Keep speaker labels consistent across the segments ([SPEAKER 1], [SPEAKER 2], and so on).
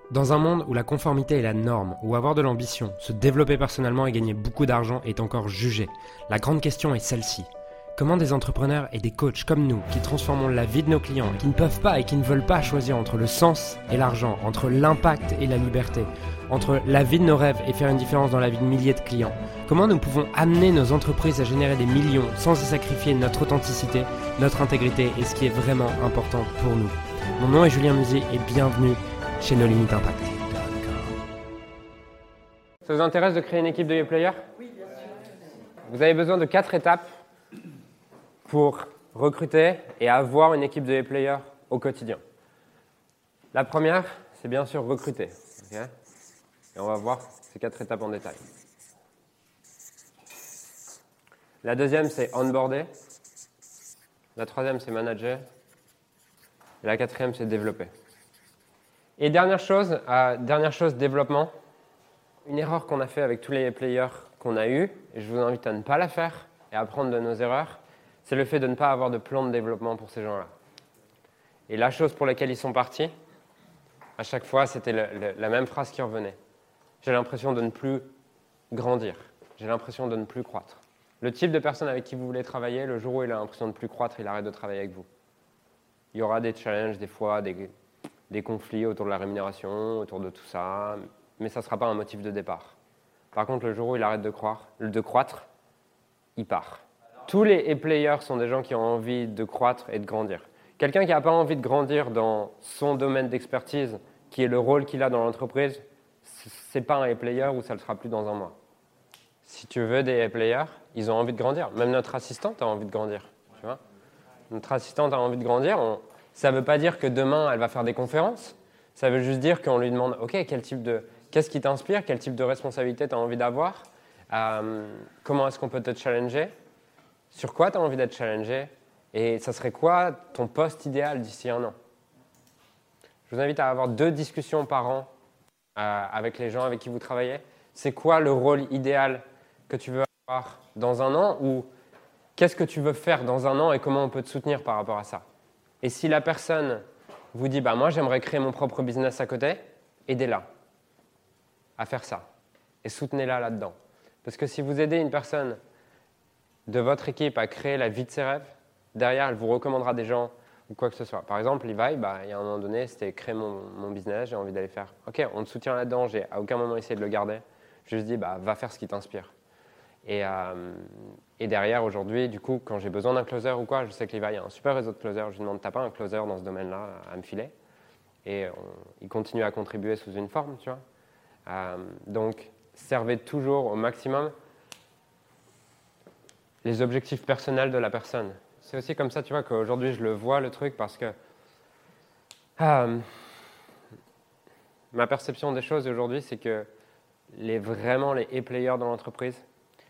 [SPEAKER 1] Dans un monde où la conformité est la norme, où avoir de l'ambition, se développer personnellement et gagner beaucoup d'argent est encore jugé, la grande question est celle-ci. Comment des entrepreneurs et des coachs comme nous, qui transformons la vie de nos clients, qui ne peuvent pas et qui ne veulent pas choisir entre le sens et l'argent, entre l'impact et la liberté, entre la vie de nos rêves et faire une différence dans la vie de milliers de clients, comment nous pouvons amener nos entreprises à générer des millions sans y sacrifier notre authenticité, notre intégrité et ce qui est vraiment important pour nous. Mon nom est Julien Musy et bienvenue chez No Limit Impact. Ça vous intéresse de créer une équipe de e-players ? Oui, bien sûr. Vous avez besoin de 4 étapes pour recruter et avoir une équipe de e-players au quotidien. La première, c'est bien sûr recruter. Okay, et on va voir ces 4 étapes en détail. La deuxième, c'est onboarder. La troisième, c'est manager. Et la quatrième, c'est développer. Et dernière chose, développement. Une erreur qu'on a fait avec tous les players qu'on a eus, et je vous invite à ne pas la faire et à apprendre de nos erreurs, c'est le fait de ne pas avoir de plan de développement pour ces gens-là. Et la chose pour laquelle ils sont partis, à chaque fois, c'était la même phrase qui revenait. J'ai l'impression de ne plus grandir. J'ai l'impression de ne plus croître. Le type de personne avec qui vous voulez travailler, le jour où il a l'impression de ne plus croître, il arrête de travailler avec vous. Il y aura des challenges, des fois, des conflits autour de la rémunération, autour de tout ça, mais ça ne sera pas un motif de départ. Par contre, le jour où il arrête de croître, il part. Tous les e-players sont des gens qui ont envie de croître et de grandir. Quelqu'un qui n'a pas envie de grandir dans son domaine d'expertise, qui est le rôle qu'il a dans l'entreprise, ce n'est pas un e-player ou ça ne le sera plus dans un mois. Si tu veux des e-players, ils ont envie de grandir. Même notre assistante a envie de grandir. Tu vois, notre assistante a envie de grandir. Ça ne veut pas dire que demain, elle va faire des conférences. Ça veut juste dire qu'on lui demande, OK, qu'est-ce qui t'inspire, quel type de responsabilité tu as envie d'avoir, comment est-ce qu'on peut te challenger, sur quoi tu as envie d'être challengé, et ça serait quoi ton poste idéal d'ici un an. Je vous invite à avoir 2 discussions par an avec les gens avec qui vous travaillez. C'est quoi le rôle idéal que tu veux avoir dans un an, ou qu'est-ce que tu veux faire dans un an et comment on peut te soutenir par rapport à ça. Et si la personne vous dit, moi j'aimerais créer mon propre business à côté, aidez-la à faire ça et soutenez-la là-dedans. Parce que si vous aidez une personne de votre équipe à créer la vie de ses rêves, derrière elle vous recommandera des gens ou quoi que ce soit. Par exemple, Levi, il y a un moment donné, c'était créer mon business, j'ai envie d'aller faire. OK, on te soutient là-dedans, j'ai à aucun moment essayé de le garder. Je lui dis, va faire ce qui t'inspire. Et derrière, aujourd'hui, du coup, quand j'ai besoin d'un closer ou quoi, je sais que Levi a un super réseau de closers, je lui demande, t'as pas un closer dans ce domaine-là à me filer? Et il continue à contribuer sous une forme, tu vois. Donc, servez toujours au maximum les objectifs personnels de la personne. C'est aussi comme ça, tu vois, qu'aujourd'hui, je le vois, le truc, parce que ma perception des choses aujourd'hui, c'est que vraiment les e-players dans l'entreprise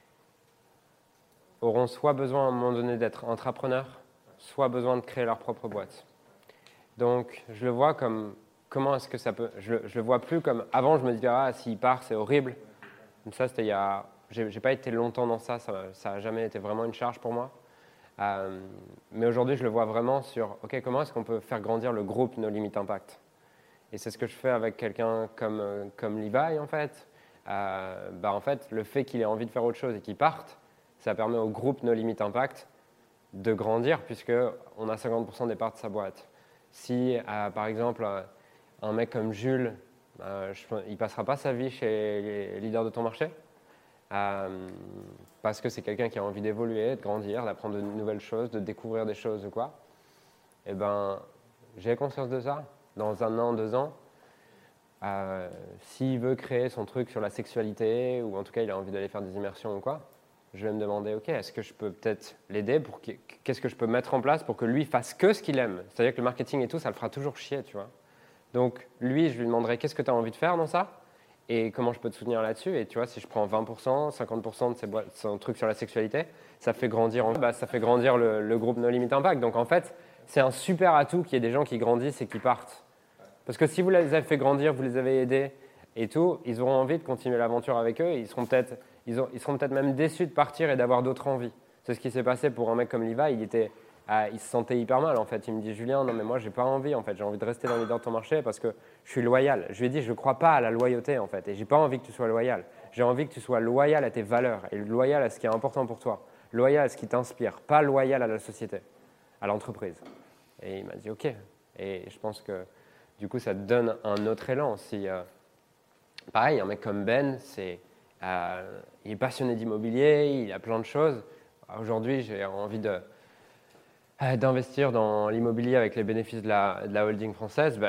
[SPEAKER 1] auront soit besoin à un moment donné d'être entrepreneurs, soit besoin de créer leur propre boîte. Donc, je le vois comme, comment est-ce que ça peut... Je le vois plus comme... Avant, je me disais, s'il part, c'est horrible. Comme ça, c'était il y a... J'ai pas été longtemps dans ça n'a jamais été vraiment une charge pour moi. Mais aujourd'hui, je le vois vraiment sur, OK, comment est-ce qu'on peut faire grandir le groupe No Limit Impact? Et c'est ce que je fais avec quelqu'un comme Levi, en fait. En fait, le fait qu'il ait envie de faire autre chose et qu'il parte, ça permet au groupe No Limit Impact de grandir, puisqu'on a 50% des parts de sa boîte. Si, par exemple, un mec comme Jules, il ne passera pas sa vie chez les leaders de ton marché, parce que c'est quelqu'un qui a envie d'évoluer, de grandir, d'apprendre de nouvelles choses, de découvrir des choses ou quoi, eh j'ai conscience de ça. Dans 1 an, 2 ans, s'il veut créer son truc sur la sexualité, ou en tout cas il a envie d'aller faire des immersions ou quoi, je vais me demander, OK, est-ce que je peux peut-être l'aider, qu'est-ce que je peux mettre en place pour que lui fasse que ce qu'il aime? C'est-à-dire que le marketing et tout, ça le fera toujours chier, tu vois. Donc lui, je lui demanderai, qu'est-ce que tu as envie de faire dans ça? Et comment je peux te soutenir là-dessus? Et tu vois, si je prends 20%, 50% de son truc sur la sexualité, ça fait grandir, le groupe No Limit Impact. Donc en fait, c'est un super atout qu'il y ait des gens qui grandissent et qui partent. Parce que si vous les avez fait grandir, vous les avez aidés et tout, ils auront envie de continuer l'aventure avec eux. Et ils seront peut-être même déçus de partir et d'avoir d'autres envies. C'est ce qui s'est passé pour un mec comme Levi. il se sentait hyper mal en fait. Il me dit Julien, non mais moi j'ai pas envie en fait, j'ai envie de rester dans le leader de ton marché parce que je suis loyal. Je lui ai dit je ne crois pas à la loyauté en fait et j'ai pas envie que tu sois loyal. J'ai envie que tu sois loyal à tes valeurs et loyal à ce qui est important pour toi, loyal à ce qui t'inspire, pas loyal à la société, à l'entreprise. Et il m'a dit ok. Et je pense que du coup ça te donne un autre élan. Pareil, un mec comme Ben, il est passionné d'immobilier, il a plein de choses. Aujourd'hui, j'ai envie d'investir dans l'immobilier avec les bénéfices de la holding française.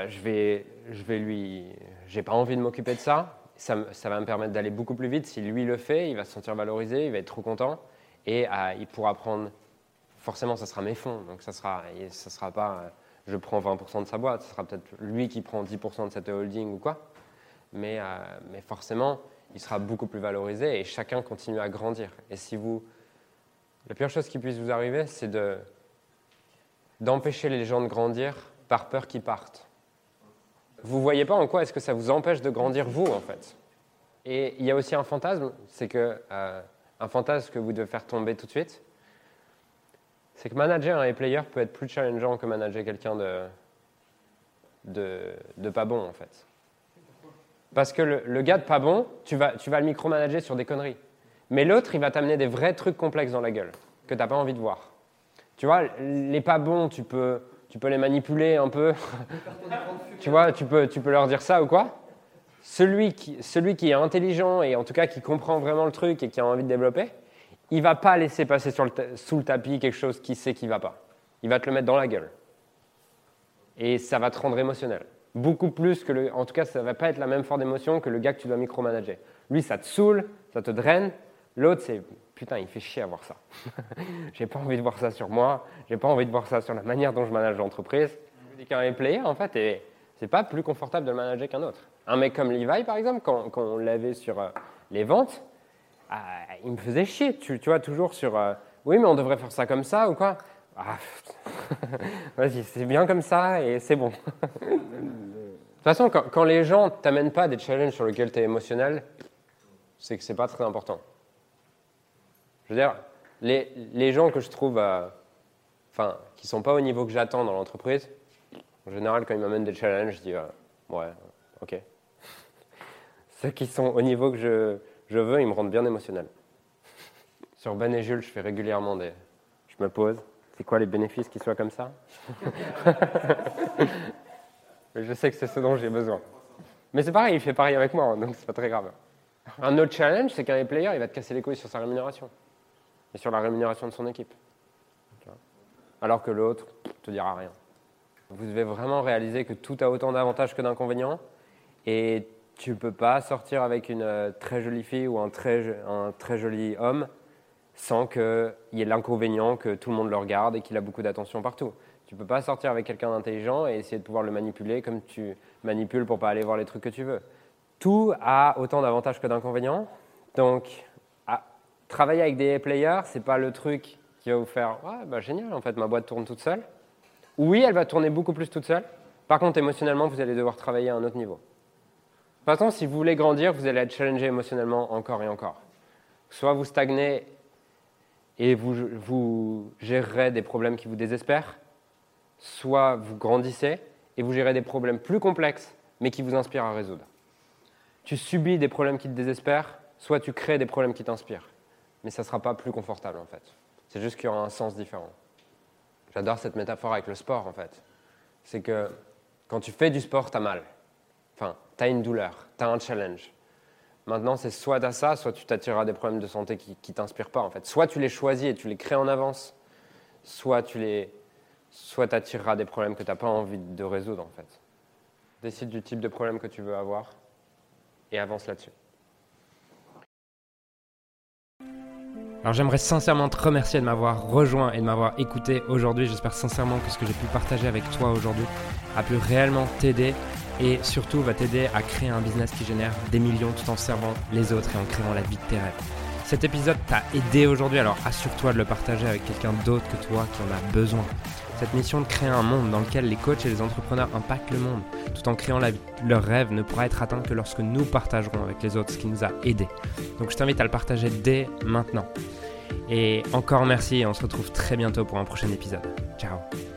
[SPEAKER 1] J'ai pas envie de m'occuper de ça. Ça va me permettre d'aller beaucoup plus vite. Si lui le fait, il va se sentir valorisé, il va être trop content et il pourra prendre. Forcément, ça sera mes fonds, donc ça sera pas. Je prends 20% de sa boîte, ce sera peut-être lui qui prend 10% de cette holding ou quoi. Mais forcément, il sera beaucoup plus valorisé et chacun continue à grandir. Et la pire chose qui puisse vous arriver, c'est d'empêcher les gens de grandir par peur qu'ils partent. Vous ne voyez pas en quoi est-ce que ça vous empêche de grandir vous, en fait. Et il y a aussi un fantasme, c'est un fantasme que vous devez faire tomber tout de suite, c'est que manager un player peut être plus challengeant que manager quelqu'un de pas bon, en fait. Parce que le gars de pas bon, tu vas le micromanager sur des conneries. Mais l'autre, il va t'amener des vrais trucs complexes dans la gueule que tu n'as pas envie de voir. Tu vois, les pas bons, tu peux les manipuler un peu. Tu vois, tu peux leur dire ça ou quoi. Celui qui est intelligent et en tout cas qui comprend vraiment le truc et qui a envie de développer, il ne va pas laisser passer sous le tapis quelque chose qu'il sait qui ne va pas. Il va te le mettre dans la gueule. Et ça va te rendre émotionnel. Beaucoup plus que en tout cas, ça ne va pas être la même forme d'émotion que le gars que tu dois micromanager. Lui, ça te saoule, ça te draine. L'autre, c'est putain, il fait chier à voir ça. J'ai pas envie de voir ça sur moi. J'ai pas envie de voir ça sur la manière dont je manage l'entreprise. Je dis qu'un player, en fait, c'est pas plus confortable de le manager qu'un autre. Un mec comme Levi, par exemple, quand on l'avait sur les ventes, il me faisait chier. Tu vois, toujours sur oui, mais on devrait faire ça comme ça ou quoi. Vas-y, c'est bien comme ça et c'est bon. De toute façon, quand les gens ne t'amènent pas des challenges sur lesquels tu es émotionnel, c'est que ce n'est pas très important. Je veux dire, les gens que je trouve qui ne sont pas au niveau que j'attends dans l'entreprise, en général, quand ils m'amènent des challenges, je dis ouais, ok. Ceux qui sont au niveau que je veux, ils me rendent bien émotionnel. Sur Ben et Jules, je fais régulièrement je me pose. C'est quoi les bénéfices qu'ils soient comme ça? Je sais que c'est ce dont j'ai besoin. Mais c'est pareil, il fait pareil avec moi, donc c'est pas très grave. Un autre challenge, c'est qu'un player, il va te casser les couilles sur sa rémunération. Et sur la rémunération de son équipe. Alors que l'autre ne te dira rien. Vous devez vraiment réaliser que tout a autant d'avantages que d'inconvénients. Et tu ne peux pas sortir avec une très jolie fille ou un très joli homme sans qu'il y ait l'inconvénient que tout le monde le regarde et qu'il a beaucoup d'attention partout. Tu ne peux pas sortir avec quelqu'un d'intelligent et essayer de pouvoir le manipuler comme tu manipules pour ne pas aller voir les trucs que tu veux. Tout a autant d'avantages que d'inconvénients. Donc, travailler avec des players, ce n'est pas le truc qui va vous faire « génial, en fait, ma boîte tourne toute seule ». Oui, elle va tourner beaucoup plus toute seule. Par contre, émotionnellement, vous allez devoir travailler à un autre niveau. De toute façon, si vous voulez grandir, vous allez être challengé émotionnellement encore et encore. Soit vous stagnez et vous gérerez des problèmes qui vous désespèrent, soit vous grandissez et vous gérez des problèmes plus complexes, mais qui vous inspirent à résoudre. Tu subis des problèmes qui te désespèrent, soit tu crées des problèmes qui t'inspirent. Mais ça ne sera pas plus confortable, en fait. C'est juste qu'il y aura un sens différent. J'adore cette métaphore avec le sport, en fait. C'est que quand tu fais du sport, tu as mal. Enfin, tu as une douleur, tu as un challenge. Maintenant, c'est soit tu as ça, soit tu t'attireras des problèmes de santé qui ne t'inspirent pas, en fait. Soit tu les choisis et tu les crées en avance, soit tu attireras des problèmes que tu n'as pas envie de résoudre, en fait. Décide du type de problème que tu veux avoir et avance là-dessus.
[SPEAKER 2] Alors j'aimerais sincèrement te remercier de m'avoir rejoint et de m'avoir écouté aujourd'hui. J'espère sincèrement que ce que j'ai pu partager avec toi aujourd'hui a pu réellement t'aider et surtout va t'aider à créer un business qui génère des millions tout en servant les autres et en créant la vie de tes rêves. Cet épisode t'a aidé aujourd'hui, alors assure-toi de le partager avec quelqu'un d'autre que toi qui en a besoin. Cette mission de créer un monde dans lequel les coachs et les entrepreneurs impactent le monde tout en créant la vie de leurs rêves ne pourra être atteinte que lorsque nous partagerons avec les autres ce qui nous a aidés. Donc je t'invite à le partager dès maintenant. Et encore merci et on se retrouve très bientôt pour un prochain épisode. Ciao.